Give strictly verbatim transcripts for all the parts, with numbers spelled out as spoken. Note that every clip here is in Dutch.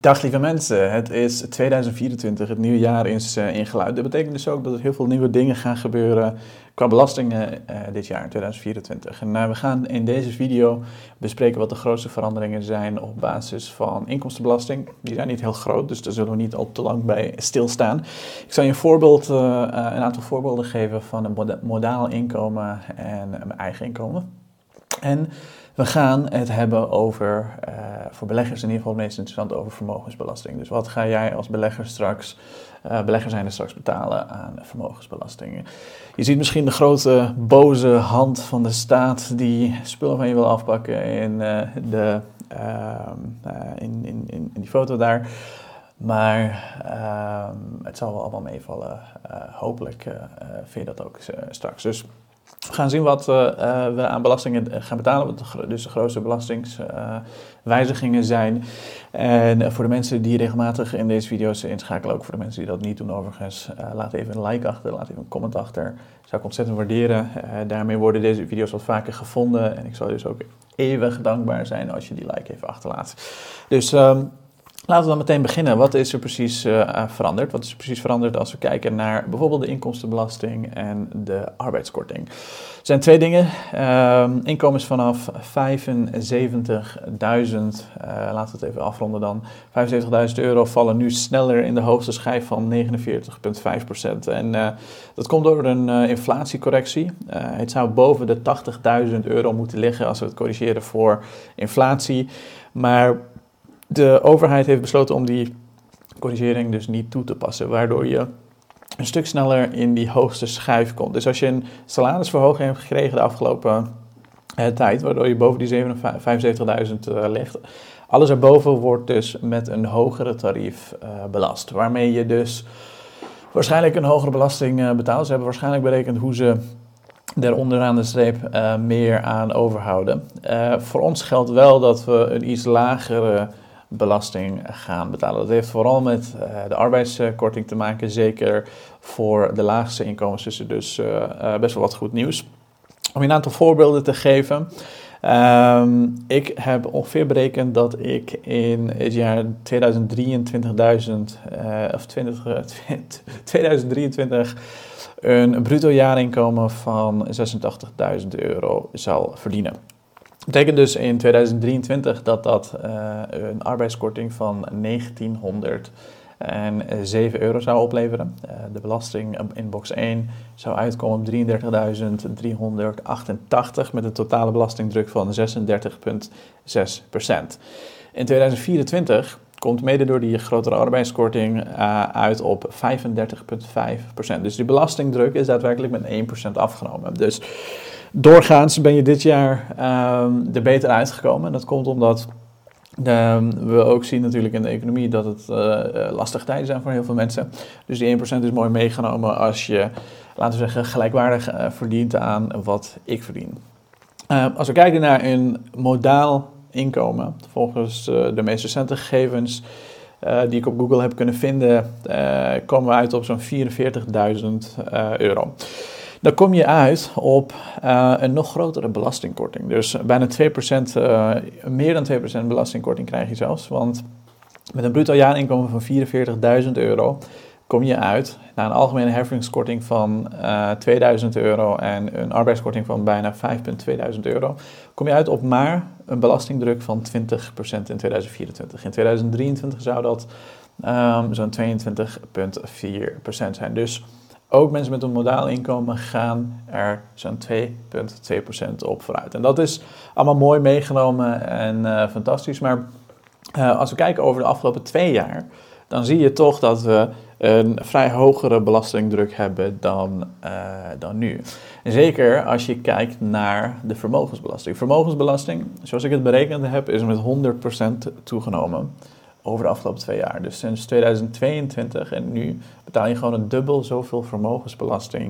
Dag lieve mensen, het is tweeduizend vierentwintig, het nieuwe jaar is uh, ingeluid. Dat betekent dus ook dat er heel veel nieuwe dingen gaan gebeuren qua belastingen uh, dit jaar, tweeduizend vierentwintig. En uh, we gaan in deze video bespreken wat de grootste veranderingen zijn op basis van inkomstenbelasting. Die zijn niet heel groot, dus daar zullen we niet al te lang bij stilstaan. Ik zal je een, voorbeeld, uh, uh, een aantal voorbeelden geven van een moda- modaal inkomen en uh, mijn eigen inkomen. En we gaan het hebben over, uh, voor beleggers in ieder geval het meest interessant, over vermogensbelasting. Dus wat ga jij als belegger straks, uh, belegger zijn er straks betalen aan vermogensbelastingen? Je ziet misschien de grote boze hand van de staat die spullen van je wil afpakken in, uh, de, uh, uh, in, in, in, in die foto daar. Maar uh, het zal wel allemaal meevallen. Uh, hopelijk uh, vind je dat ook uh, straks. Dus we gaan zien wat uh, uh, we aan belastingen gaan betalen, wat de, dus de grootste belastingswijzigingen uh, zijn. En uh, voor de mensen die regelmatig in deze video's inschakelen, ook voor de mensen die dat niet doen overigens, uh, laat even een like achter, laat even een comment achter. Dat zou ik ontzettend waarderen. Uh, daarmee worden deze video's wat vaker gevonden en ik zal dus ook eeuwig dankbaar zijn als je die like even achterlaat. Dus Um, Laten we dan meteen beginnen. Wat is er precies uh, veranderd? Wat is er precies veranderd als we kijken naar bijvoorbeeld de inkomstenbelasting en de arbeidskorting? Er zijn twee dingen. Uh, inkomens vanaf vijfenzeventigduizend, uh, laten we het even afronden dan. vijfenzeventigduizend euro vallen nu sneller in de hoogste schijf van negenenveertig komma vijf procent. En uh, dat komt door een uh, inflatiecorrectie. Uh, het zou boven de tachtigduizend euro moeten liggen als we het corrigeren voor inflatie. Maar de overheid heeft besloten om die corrigering dus niet toe te passen, waardoor je een stuk sneller in die hoogste schijf komt. Dus als je een salarisverhoging hebt gekregen de afgelopen uh, tijd, waardoor je boven die vijfenzeventigduizend uh, ligt, alles erboven wordt dus met een hogere tarief uh, belast, waarmee je dus waarschijnlijk een hogere belasting uh, betaalt. Ze hebben waarschijnlijk berekend hoe ze er onderaan de streep uh, meer aan overhouden. Uh, voor ons geldt wel dat we een iets lagere belasting gaan betalen. Dat heeft vooral met uh, de arbeidskorting te maken, zeker voor de laagste inkomens. Dus er dus uh, uh, best wel wat goed nieuws. Om je een aantal voorbeelden te geven. Um, ik heb ongeveer berekend dat ik in het jaar tweeduizend drieëntwintig, uh, of twintig, uh, tweeduizend drieëntwintig een bruto jaarinkomen van zesentachtigduizend euro zal verdienen. Dat betekent dus in tweeduizend drieëntwintig dat dat uh, een arbeidskorting van negentienhonderdzeven euro zou opleveren. Uh, de belasting in box één zou uitkomen op drieëndertigduizend driehonderdachtentachtig met een totale belastingdruk van zesendertig komma zes procent. In tweeduizend vierentwintig komt mede door die grotere arbeidskorting uh, uit op vijfendertig komma vijf procent. Dus die belastingdruk is daadwerkelijk met één procent afgenomen. Dus doorgaans ben je dit jaar um, er beter uitgekomen. Dat komt omdat um, we ook zien natuurlijk in de economie dat het uh, lastige tijden zijn voor heel veel mensen. Dus die één procent is mooi meegenomen als je, laten we zeggen, gelijkwaardig uh, verdient aan wat ik verdien. Uh, als we kijken naar een modaal inkomen, volgens uh, de meest recente gegevens uh, die ik op Google heb kunnen vinden, uh, komen we uit op zo'n vierenveertigduizend uh, euro. Dan kom je uit op uh, een nog grotere belastingkorting. Dus bijna twee procent, uh, meer dan twee procent belastingkorting krijg je zelfs. Want met een bruto jaarinkomen van vierenveertigduizend euro kom je uit naar een algemene heffingskorting van uh, tweeduizend euro en een arbeidskorting van bijna vijf komma tweeduizend euro. Kom je uit op maar een belastingdruk van twintig procent in tweeduizend vierentwintig. In tweeduizend drieëntwintig zou dat um, zo'n tweeëntwintig komma vier procent zijn. Dus ook mensen met een modaal inkomen gaan er zo'n twee komma twee procent op vooruit. En dat is allemaal mooi meegenomen en uh, fantastisch. Maar uh, als we kijken over de afgelopen twee jaar, dan zie je toch dat we een vrij hogere belastingdruk hebben dan, uh, dan nu. En zeker als je kijkt naar de vermogensbelasting. Vermogensbelasting, zoals ik het berekend heb, is met honderd procent toegenomen over de afgelopen twee jaar. Dus sinds tweeduizend tweeëntwintig en nu betaal je gewoon een dubbel zoveel vermogensbelasting.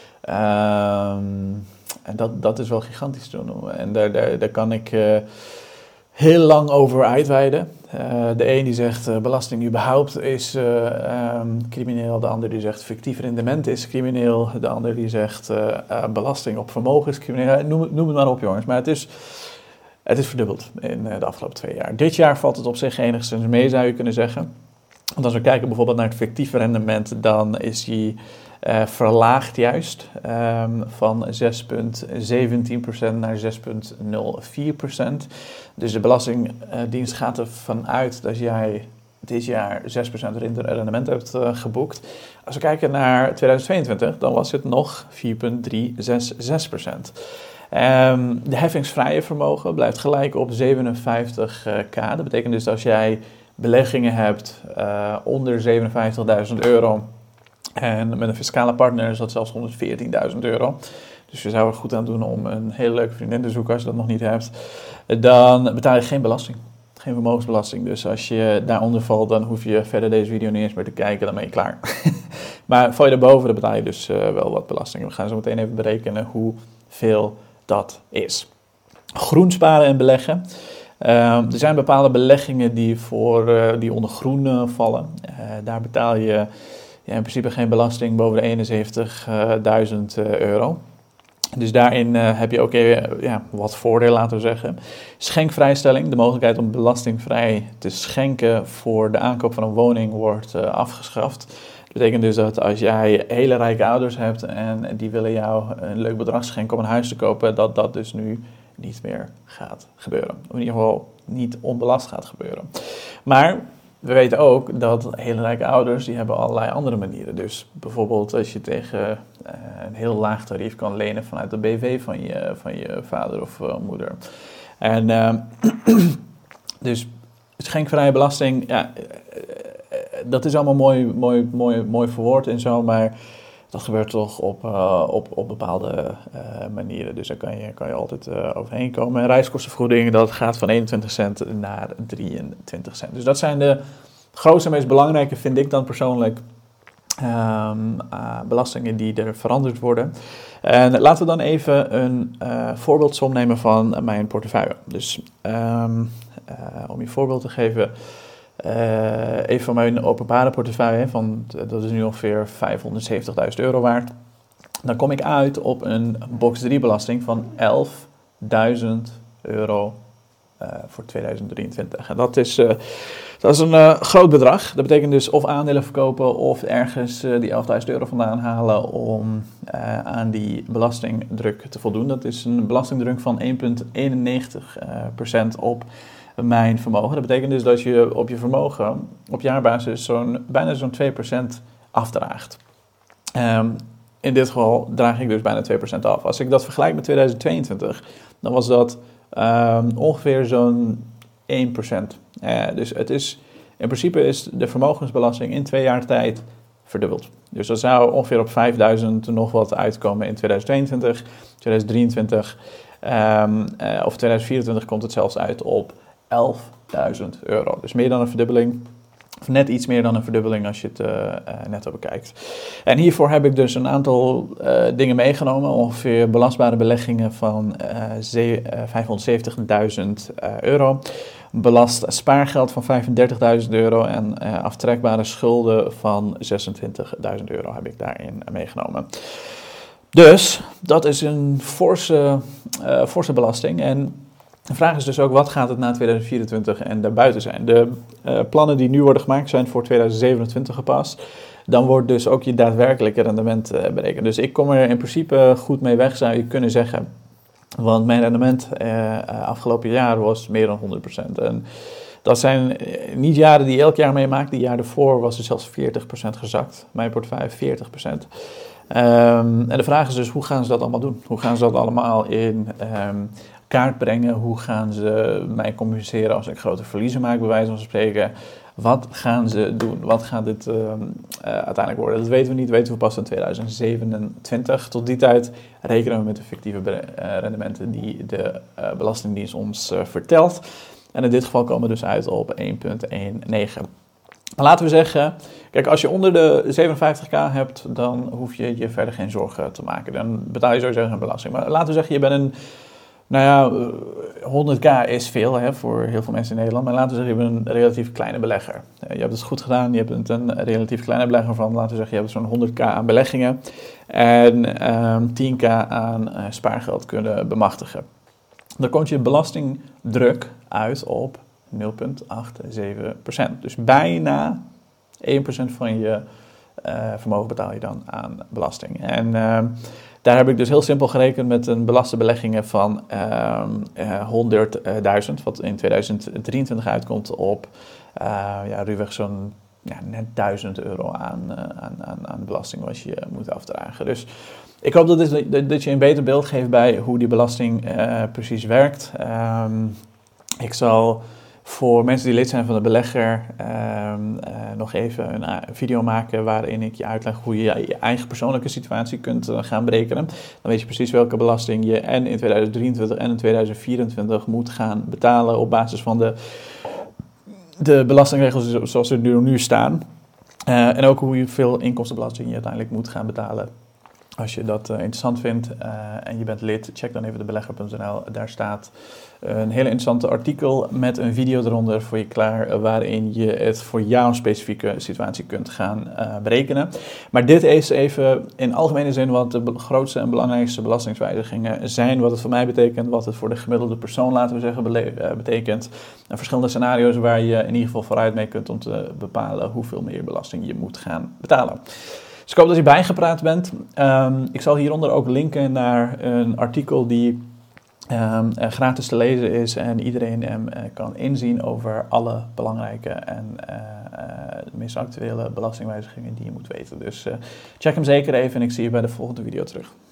Um, en dat, dat is wel gigantisch te doen. En daar, daar, daar kan ik uh, heel lang over uitweiden. Uh, de een die zegt uh, belasting überhaupt is uh, um, crimineel. De ander die zegt fictief rendement is crimineel. De ander die zegt uh, uh, belasting op vermogen is crimineel. Noem, noem het maar op, jongens. Maar het is Het is verdubbeld in de afgelopen twee jaar. Dit jaar valt het op zich enigszins mee, zou je kunnen zeggen. Want als we kijken bijvoorbeeld naar het fictieve rendement, dan is die uh, verlaagd juist. Um, van zes komma zeventien procent naar zes komma nul vier procent. Dus de Belastingdienst gaat ervan uit dat jij dit jaar zes procent rendement hebt uh, geboekt. Als we kijken naar tweeduizend tweeëntwintig, dan was het nog vier komma driehonderdzesenzestig procent. Um, de heffingsvrije vermogen blijft gelijk op zevenenvijftig k. Dat betekent dus dat als jij beleggingen hebt uh, onder zevenenvijftigduizend euro en met een fiscale partner is dat zelfs honderdveertienduizend euro. Dus je zou er goed aan doen om een hele leuke vriendin te zoeken als je dat nog niet hebt. Dan betaal je geen belasting. Geen vermogensbelasting. Dus als je daaronder valt, dan hoef je verder deze video niet eens meer te kijken. Dan ben je klaar. Maar val je daarboven, dan betaal je dus uh, wel wat belasting. We gaan zo meteen even berekenen hoeveel dat is. Groen sparen en beleggen. Uh, er zijn bepaalde beleggingen die, voor, uh, die onder groen uh, vallen. Uh, daar betaal je ja, in principe geen belasting boven de eenenzeventigduizend euro. Dus daarin uh, heb je ook uh, ja, wat voordeel, laten we zeggen. Schenkvrijstelling, de mogelijkheid om belastingvrij te schenken voor de aankoop van een woning wordt uh, afgeschaft. Dat betekent dus dat als jij hele rijke ouders hebt en die willen jou een leuk bedrag schenken om een huis te kopen, dat dat dus nu niet meer gaat gebeuren. Of in ieder geval niet onbelast gaat gebeuren. Maar we weten ook dat hele rijke ouders, die hebben allerlei andere manieren. Dus bijvoorbeeld als je tegen uh, een heel laag tarief kan lenen vanuit de B V van je, van je vader of uh, moeder. En uh, dus schenkvrije belasting, ja, uh, dat is allemaal mooi, mooi, mooi, mooi verwoord en zo, maar dat gebeurt toch op, uh, op, op bepaalde uh, manieren. Dus daar kan je, kan je altijd uh, overheen komen. En reiskostenvergoeding, dat gaat van eenentwintig cent naar drieëntwintig cent. Dus dat zijn de grootste en meest belangrijke, vind ik dan persoonlijk, um, uh, belastingen die er veranderd worden. En laten we dan even een uh, voorbeeldsom nemen van mijn portefeuille. Dus um, uh, om je voorbeeld te geven, Uh, even van mijn openbare portefeuille, van, dat is nu ongeveer vijfhonderdzeventigduizend euro waard. Dan kom ik uit op een box drie belasting van elfduizend euro uh, voor tweeduizend drieëntwintig. En dat is, uh, dat is een uh, groot bedrag. Dat betekent dus of aandelen verkopen of ergens uh, die elfduizend euro vandaan halen om uh, aan die belastingdruk te voldoen. Dat is een belastingdruk van één komma eenennegentig procent op mijn vermogen. Dat betekent dus dat je op je vermogen op jaarbasis zo'n, bijna zo'n twee procent afdraagt. Um, in dit geval draag ik dus bijna twee procent af. Als ik dat vergelijk met tweeduizend tweeëntwintig, dan was dat um, ongeveer zo'n één procent. Uh, dus het is, in principe is de vermogensbelasting in twee jaar tijd verdubbeld. Dus dat zou ongeveer op vijfduizend nog wat uitkomen in tweeduizend tweeëntwintig, tweeduizend drieëntwintig um, uh, of tweeduizend vierentwintig komt het zelfs uit op elfduizend euro. Dus meer dan een verdubbeling. Of net iets meer dan een verdubbeling als je het uh, uh, netto bekijkt. En hiervoor heb ik dus een aantal uh, dingen meegenomen. Ongeveer belastbare beleggingen van uh, uh, vijfhonderdzeventigduizend uh, euro. Belast spaargeld van vijfendertigduizend euro. En uh, aftrekbare schulden van zesentwintigduizend euro heb ik daarin meegenomen. Dus dat is een forse, uh, forse belasting. En de vraag is dus ook, wat gaat het na tweeduizend vierentwintig en daarbuiten zijn? De uh, plannen die nu worden gemaakt zijn voor tweeduizend zevenentwintig gepast. Dan wordt dus ook je daadwerkelijke rendement uh, berekend. Dus ik kom er in principe goed mee weg, zou je kunnen zeggen. Want mijn rendement uh, afgelopen jaar was meer dan honderd procent. En dat zijn niet jaren die je elk jaar meemaakt. Die jaar ervoor was er zelfs veertig procent gezakt. Mijn portefeuille veertig procent. Um, en de vraag is dus, hoe gaan ze dat allemaal doen? Hoe gaan ze dat allemaal in um, kaart brengen? Hoe gaan ze mij compenseren als ik grote verliezen maak, bij wijze van spreken? Wat gaan ze doen? Wat gaat dit uh, uh, uiteindelijk worden? Dat weten we niet, weten we pas in tweeduizend zevenentwintig. Tot die tijd rekenen we met de fictieve uh, rendementen die de uh, Belastingdienst ons uh, vertelt. En in dit geval komen we dus uit op één komma negentien. Maar laten we zeggen, kijk, als je onder de zevenenvijftig k hebt, dan hoef je je verder geen zorgen te maken. Dan betaal je sowieso geen belasting. Maar laten we zeggen, je bent een, nou ja, honderd k is veel hè, voor heel veel mensen in Nederland. Maar laten we zeggen, je bent een relatief kleine belegger. Je hebt het goed gedaan, je bent een relatief kleine belegger van, laten we zeggen, je hebt zo'n honderd k aan beleggingen. En um, tien k aan uh, spaargeld kunnen bemachtigen. dan komt je belastingdruk uit op nul komma zevenentachtig procent. Dus bijna één procent van je uh, vermogen betaal je dan aan belasting. En uh, daar heb ik dus heel simpel gerekend met een belaste beleggingen van uh, uh, honderdduizend, wat in tweeduizend drieëntwintig uitkomt op uh, ja, ruwweg zo'n ja, net duizend euro aan, uh, aan, aan, aan belasting wat je moet afdragen. Dus ik hoop dat, dit, dat je een beter beeld geeft bij hoe die belasting uh, precies werkt. Um, ik zal voor mensen die lid zijn van de belegger uh, uh, nog even een, een video maken waarin ik je uitleg hoe je je eigen persoonlijke situatie kunt uh, gaan berekenen. Dan weet je precies welke belasting je en in tweeduizend drieëntwintig en in tweeduizend vierentwintig moet gaan betalen op basis van de, de belastingregels zoals ze nu, nu staan. Uh, en ook hoeveel inkomstenbelasting je uiteindelijk moet gaan betalen. Als je dat uh, interessant vindt uh, en je bent lid, check dan even de belegger punt n l. Daar staat een hele interessante artikel met een video eronder voor je klaar, uh, waarin je het voor jouw specifieke situatie kunt gaan uh, berekenen. Maar dit is even in algemene zin wat de grootste en belangrijkste belastingswijzigingen zijn. Wat het voor mij betekent, wat het voor de gemiddelde persoon, laten we zeggen, bele- uh, betekent. En verschillende scenario's waar je in ieder geval vooruit mee kunt om te bepalen hoeveel meer belasting je moet gaan betalen. Dus ik hoop dat je bijgepraat bent. Um, ik zal hieronder ook linken naar een artikel die um, uh, gratis te lezen is en iedereen hem uh, kan inzien over alle belangrijke en uh, uh, de meest actuele belastingwijzigingen die je moet weten. Dus uh, check hem zeker even en ik zie je bij de volgende video terug.